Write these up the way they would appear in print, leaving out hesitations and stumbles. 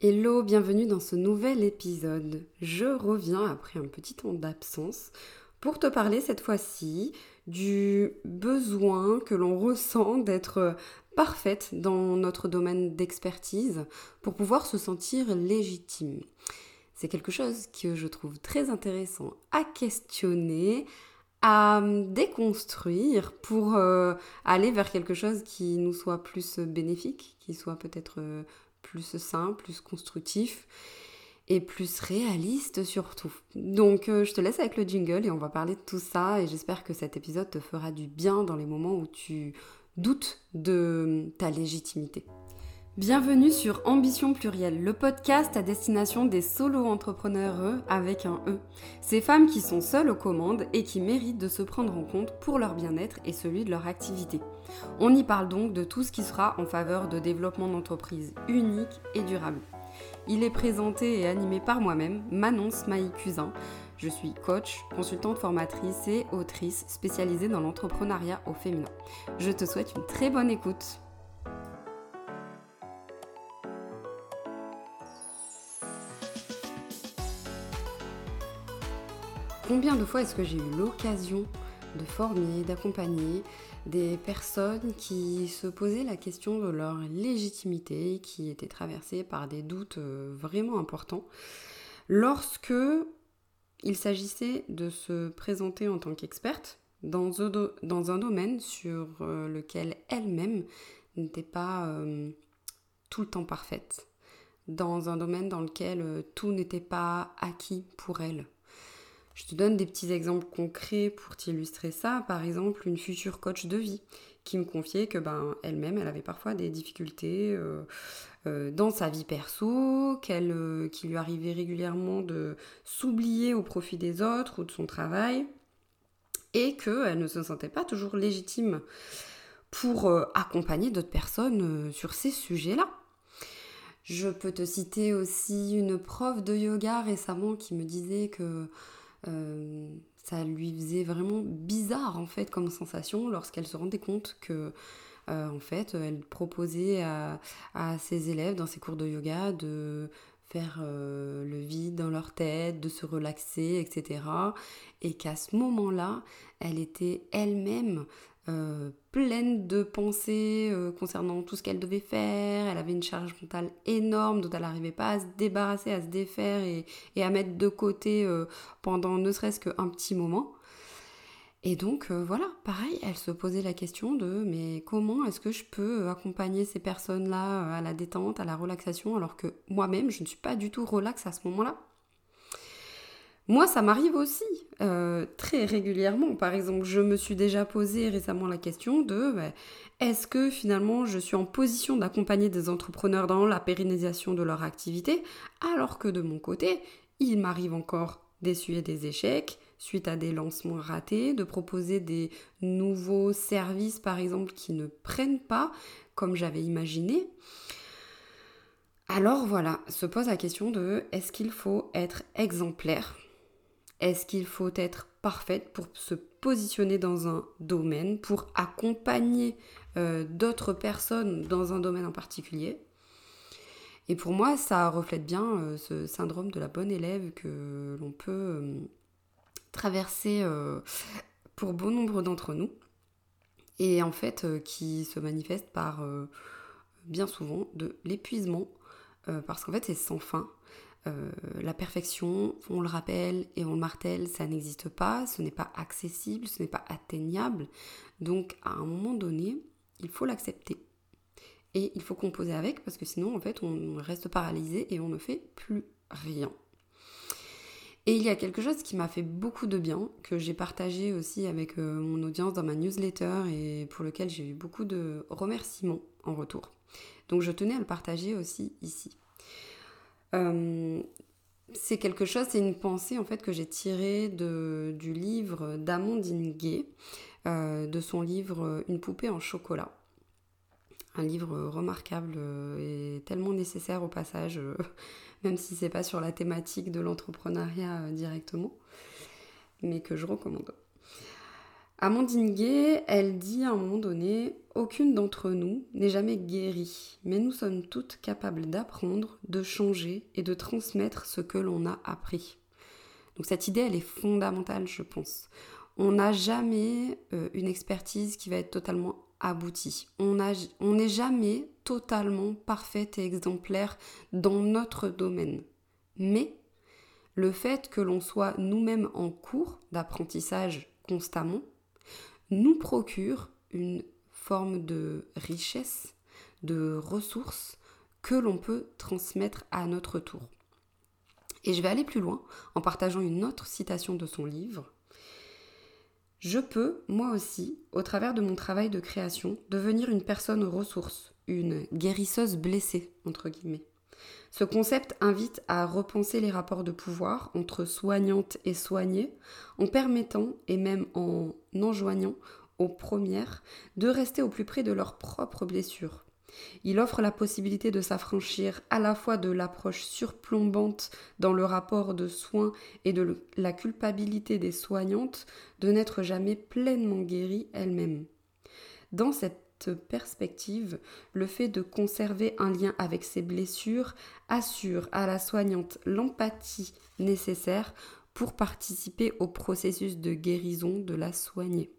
Hello, bienvenue dans ce nouvel épisode. Je reviens après un petit temps d'absence pour te parler cette fois-ci du besoin que l'on ressent d'être parfaite dans notre domaine d'expertise pour pouvoir se sentir légitime. C'est quelque chose que je trouve très intéressant à questionner, à déconstruire pour aller vers quelque chose qui nous soit plus bénéfique, qui soit peut-être plus sain, plus constructif et plus réaliste surtout. Donc je te laisse avec le jingle et on va parler de tout ça et j'espère que cet épisode te fera du bien dans les moments où tu doutes de ta légitimité. Bienvenue sur Ambition Plurielle, le podcast à destination des solo-entrepreneurs avec un E. Ces femmes qui sont seules aux commandes et qui méritent de se prendre en compte pour leur bien-être et celui de leur activité. On y parle donc de tout ce qui sera en faveur de développement d'entreprises uniques et durables. Il est présenté et animé par moi-même, Manon Smaï-Cusin. Je suis coach, consultante formatrice et autrice spécialisée dans l'entrepreneuriat au féminin. Je te souhaite une très bonne écoute. Combien de fois est-ce que j'ai eu l'occasion de former, d'accompagner des personnes qui se posaient la question de leur légitimité, qui étaient traversées par des doutes vraiment importants, lorsque il s'agissait de se présenter en tant qu'experte dans un domaine sur lequel elle-même n'était pas tout le temps parfaite, dans un domaine dans lequel tout n'était pas acquis pour elle. Je te donne des petits exemples concrets pour t'illustrer ça. Par exemple, une future coach de vie qui me confiait que elle-même, elle avait parfois des difficultés dans sa vie perso, qu'il lui arrivait régulièrement de s'oublier au profit des autres ou de son travail, et qu'elle ne se sentait pas toujours légitime pour accompagner d'autres personnes sur ces sujets-là. Je peux te citer aussi une prof de yoga récemment qui me disait que ça lui faisait vraiment bizarre en fait comme sensation lorsqu'elle se rendait compte que en fait elle proposait à ses élèves dans ses cours de yoga de faire le vide dans leur tête, de se relaxer, etc. Et qu'à ce moment-là, elle était elle-même pleine de pensées concernant tout ce qu'elle devait faire. Elle avait une charge mentale énorme dont elle n'arrivait pas à se débarrasser, à se défaire et à mettre de côté pendant ne serait-ce qu'un petit moment. Et donc voilà, pareil, elle se posait la question de mais comment est-ce que je peux accompagner ces personnes-là à la détente, à la relaxation, alors que moi-même je ne suis pas du tout relax à ce moment-là. Moi, ça m'arrive aussi très régulièrement. Par exemple, je me suis déjà posé récemment la question de est-ce que finalement je suis en position d'accompagner des entrepreneurs dans la pérennisation de leur activité, alors que de mon côté, il m'arrive encore d'essuyer des échecs suite à des lancements ratés, de proposer des nouveaux services par exemple qui ne prennent pas comme j'avais imaginé. Alors voilà, se pose la question de est-ce qu'il faut être exemplaire ? Est-ce qu'il faut être parfaite pour se positionner dans un domaine, pour accompagner d'autres personnes dans un domaine en particulier ? Et pour moi, ça reflète bien ce syndrome de la bonne élève que l'on peut traverser pour bon nombre d'entre nous. Et en fait, qui se manifeste par bien souvent de l'épuisement, parce qu'en fait, c'est sans fin. La perfection, on le rappelle et on le martèle, ça n'existe pas, ce n'est pas accessible, ce n'est pas atteignable. Donc à un moment donné, il faut l'accepter. Et il faut composer avec parce que sinon en fait on reste paralysé et on ne fait plus rien. Et il y a quelque chose qui m'a fait beaucoup de bien, que j'ai partagé aussi avec mon audience dans ma newsletter et pour lequel j'ai eu beaucoup de remerciements en retour. Donc je tenais à le partager aussi ici. C'est quelque chose, c'est une pensée en fait que j'ai tirée du livre d'Amandine Gay, de son livre Une poupée en chocolat. Un livre remarquable et tellement nécessaire au passage, même si c'est pas sur la thématique de l'entrepreneuriat directement, mais que je recommande. Amandine Gay, elle dit à un moment donné, aucune d'entre nous n'est jamais guérie, mais nous sommes toutes capables d'apprendre, de changer et de transmettre ce que l'on a appris. Donc cette idée, elle est fondamentale, je pense. On n'a jamais une expertise qui va être totalement aboutie. On n'est jamais totalement parfaite et exemplaire dans notre domaine. Mais le fait que l'on soit nous-mêmes en cours d'apprentissage constamment nous procure une forme de richesse, de ressources que l'on peut transmettre à notre tour. Et je vais aller plus loin en partageant une autre citation de son livre. Je peux, moi aussi, au travers de mon travail de création, devenir une personne ressource, une guérisseuse blessée, entre guillemets. Ce concept invite à repenser les rapports de pouvoir entre soignante et soignée, en permettant, et même en enjoignant aux premières, de rester au plus près de leurs propres blessures. Il offre la possibilité de s'affranchir à la fois de l'approche surplombante dans le rapport de soins et de la culpabilité des soignantes de n'être jamais pleinement guéries elles-mêmes. Dans cette perspective, le fait de conserver un lien avec ses blessures assure à la soignante l'empathie nécessaire pour participer au processus de guérison de la soignée.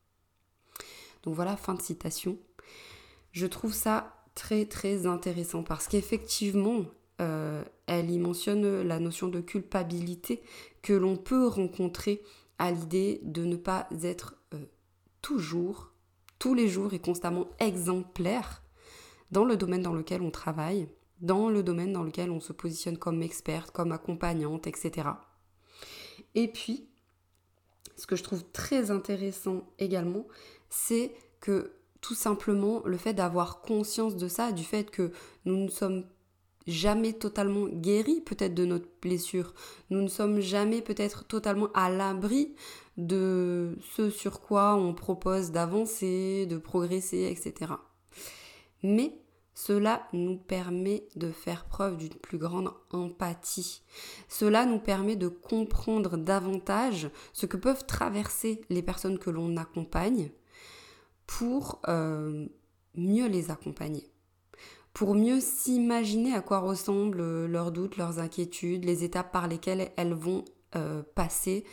Donc voilà, fin de citation. Je trouve ça très très intéressant parce qu'effectivement, elle y mentionne la notion de culpabilité que l'on peut rencontrer à l'idée de ne pas être toujours, tous les jours et constamment exemplaire dans le domaine dans lequel on travaille, dans le domaine dans lequel on se positionne comme experte, comme accompagnante, etc. Et puis, ce que je trouve très intéressant également, c'est que tout simplement le fait d'avoir conscience de ça, du fait que nous ne sommes jamais totalement guéris peut-être de notre blessure, nous ne sommes jamais peut-être totalement à l'abri de ce sur quoi on propose d'avancer, de progresser, etc. Mais cela nous permet de faire preuve d'une plus grande empathie. Cela nous permet de comprendre davantage ce que peuvent traverser les personnes que l'on accompagne pour mieux les accompagner, pour mieux s'imaginer à quoi ressemblent leurs doutes, leurs inquiétudes, les étapes par lesquelles elles vont passer.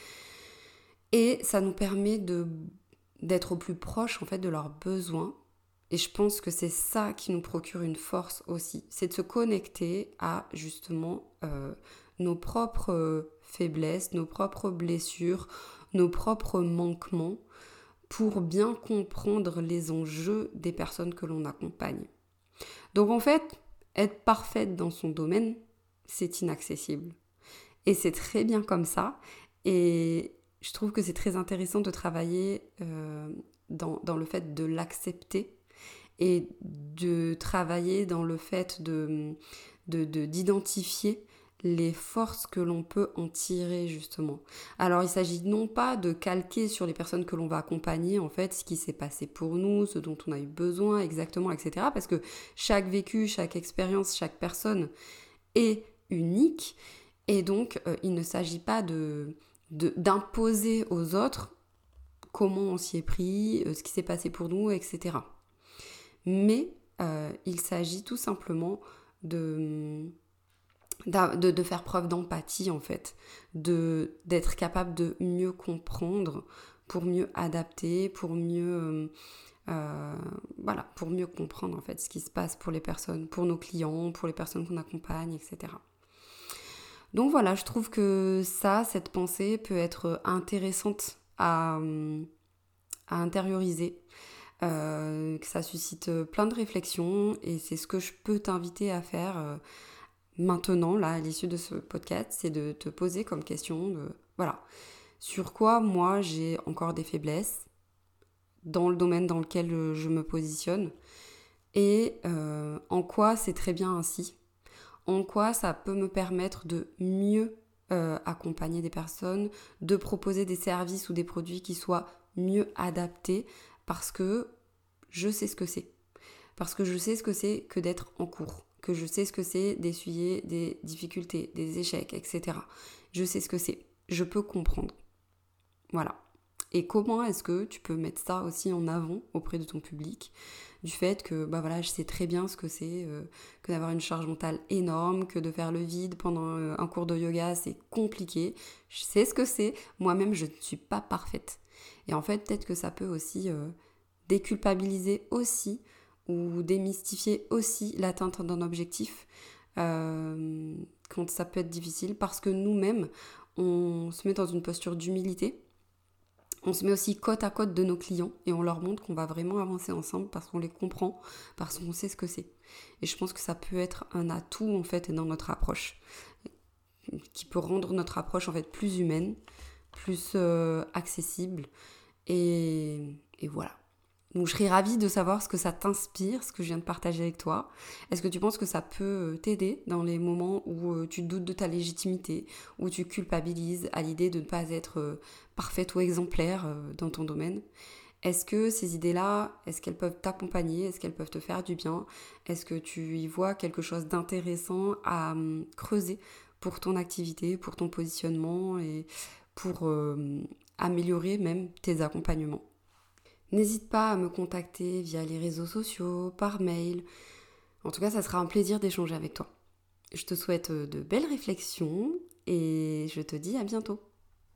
Et ça nous permet d'être au plus proche en fait de leurs besoins. Et je pense que c'est ça qui nous procure une force aussi. C'est de se connecter à justement nos propres faiblesses, nos propres blessures, nos propres manquements pour bien comprendre les enjeux des personnes que l'on accompagne. Donc en fait, être parfaite dans son domaine, c'est inaccessible. Et c'est très bien comme ça. Et je trouve que c'est très intéressant de travailler dans le fait de l'accepter et de travailler dans le fait d'identifier les forces que l'on peut en tirer justement. Alors il s'agit non pas de calquer sur les personnes que l'on va accompagner en fait ce qui s'est passé pour nous, ce dont on a eu besoin exactement, etc. Parce que chaque vécu, chaque expérience, chaque personne est unique et donc il ne s'agit pas d'imposer aux autres comment on s'y est pris, ce qui s'est passé pour nous, etc. Mais il s'agit tout simplement de faire preuve d'empathie en fait, d'être capable de mieux comprendre pour mieux adapter, pour mieux pour mieux comprendre en fait ce qui se passe pour les personnes, pour nos clients, pour les personnes qu'on accompagne, etc. Donc voilà, je trouve que cette pensée peut être intéressante à intérioriser, que ça suscite plein de réflexions et c'est ce que je peux t'inviter à faire maintenant, là, à l'issue de ce podcast, c'est de te poser comme question sur quoi moi j'ai encore des faiblesses dans le domaine dans lequel je me positionne et en quoi c'est très bien ainsi, en quoi ça peut me permettre de mieux accompagner des personnes, de proposer des services ou des produits qui soient mieux adaptés parce que je sais ce que c'est. Parce que je sais ce que c'est que d'être en cours, que je sais ce que c'est d'essuyer des difficultés, des échecs, etc. Je sais ce que c'est. Je peux comprendre. Voilà. Et comment est-ce que tu peux mettre ça aussi en avant auprès de ton public, du fait que je sais très bien ce que c'est que d'avoir une charge mentale énorme, que de faire le vide pendant un cours de yoga, c'est compliqué. Je sais ce que c'est, moi-même je ne suis pas parfaite. Et en fait, peut-être que ça peut aussi déculpabiliser aussi ou démystifier aussi l'atteinte d'un objectif quand ça peut être difficile, parce que nous-mêmes, on se met dans une posture d'humilité. On se met aussi côte à côte de nos clients et on leur montre qu'on va vraiment avancer ensemble parce qu'on les comprend, parce qu'on sait ce que c'est. Et je pense que ça peut être un atout en fait dans notre approche, qui peut rendre notre approche en fait plus humaine, plus accessible et voilà. Donc je serais ravie de savoir ce que ça t'inspire, ce que je viens de partager avec toi. Est-ce que tu penses que ça peut t'aider dans les moments où tu doutes de ta légitimité, où tu culpabilises à l'idée de ne pas être parfaite ou exemplaire dans ton domaine? Est-ce que ces idées-là, est-ce qu'elles peuvent t'accompagner? Est-ce qu'elles peuvent te faire du bien? Est-ce que tu y vois quelque chose d'intéressant à creuser pour ton activité, pour ton positionnement et pour améliorer même tes accompagnements? N'hésite pas à me contacter via les réseaux sociaux, par mail. En tout cas, ça sera un plaisir d'échanger avec toi. Je te souhaite de belles réflexions et je te dis à bientôt.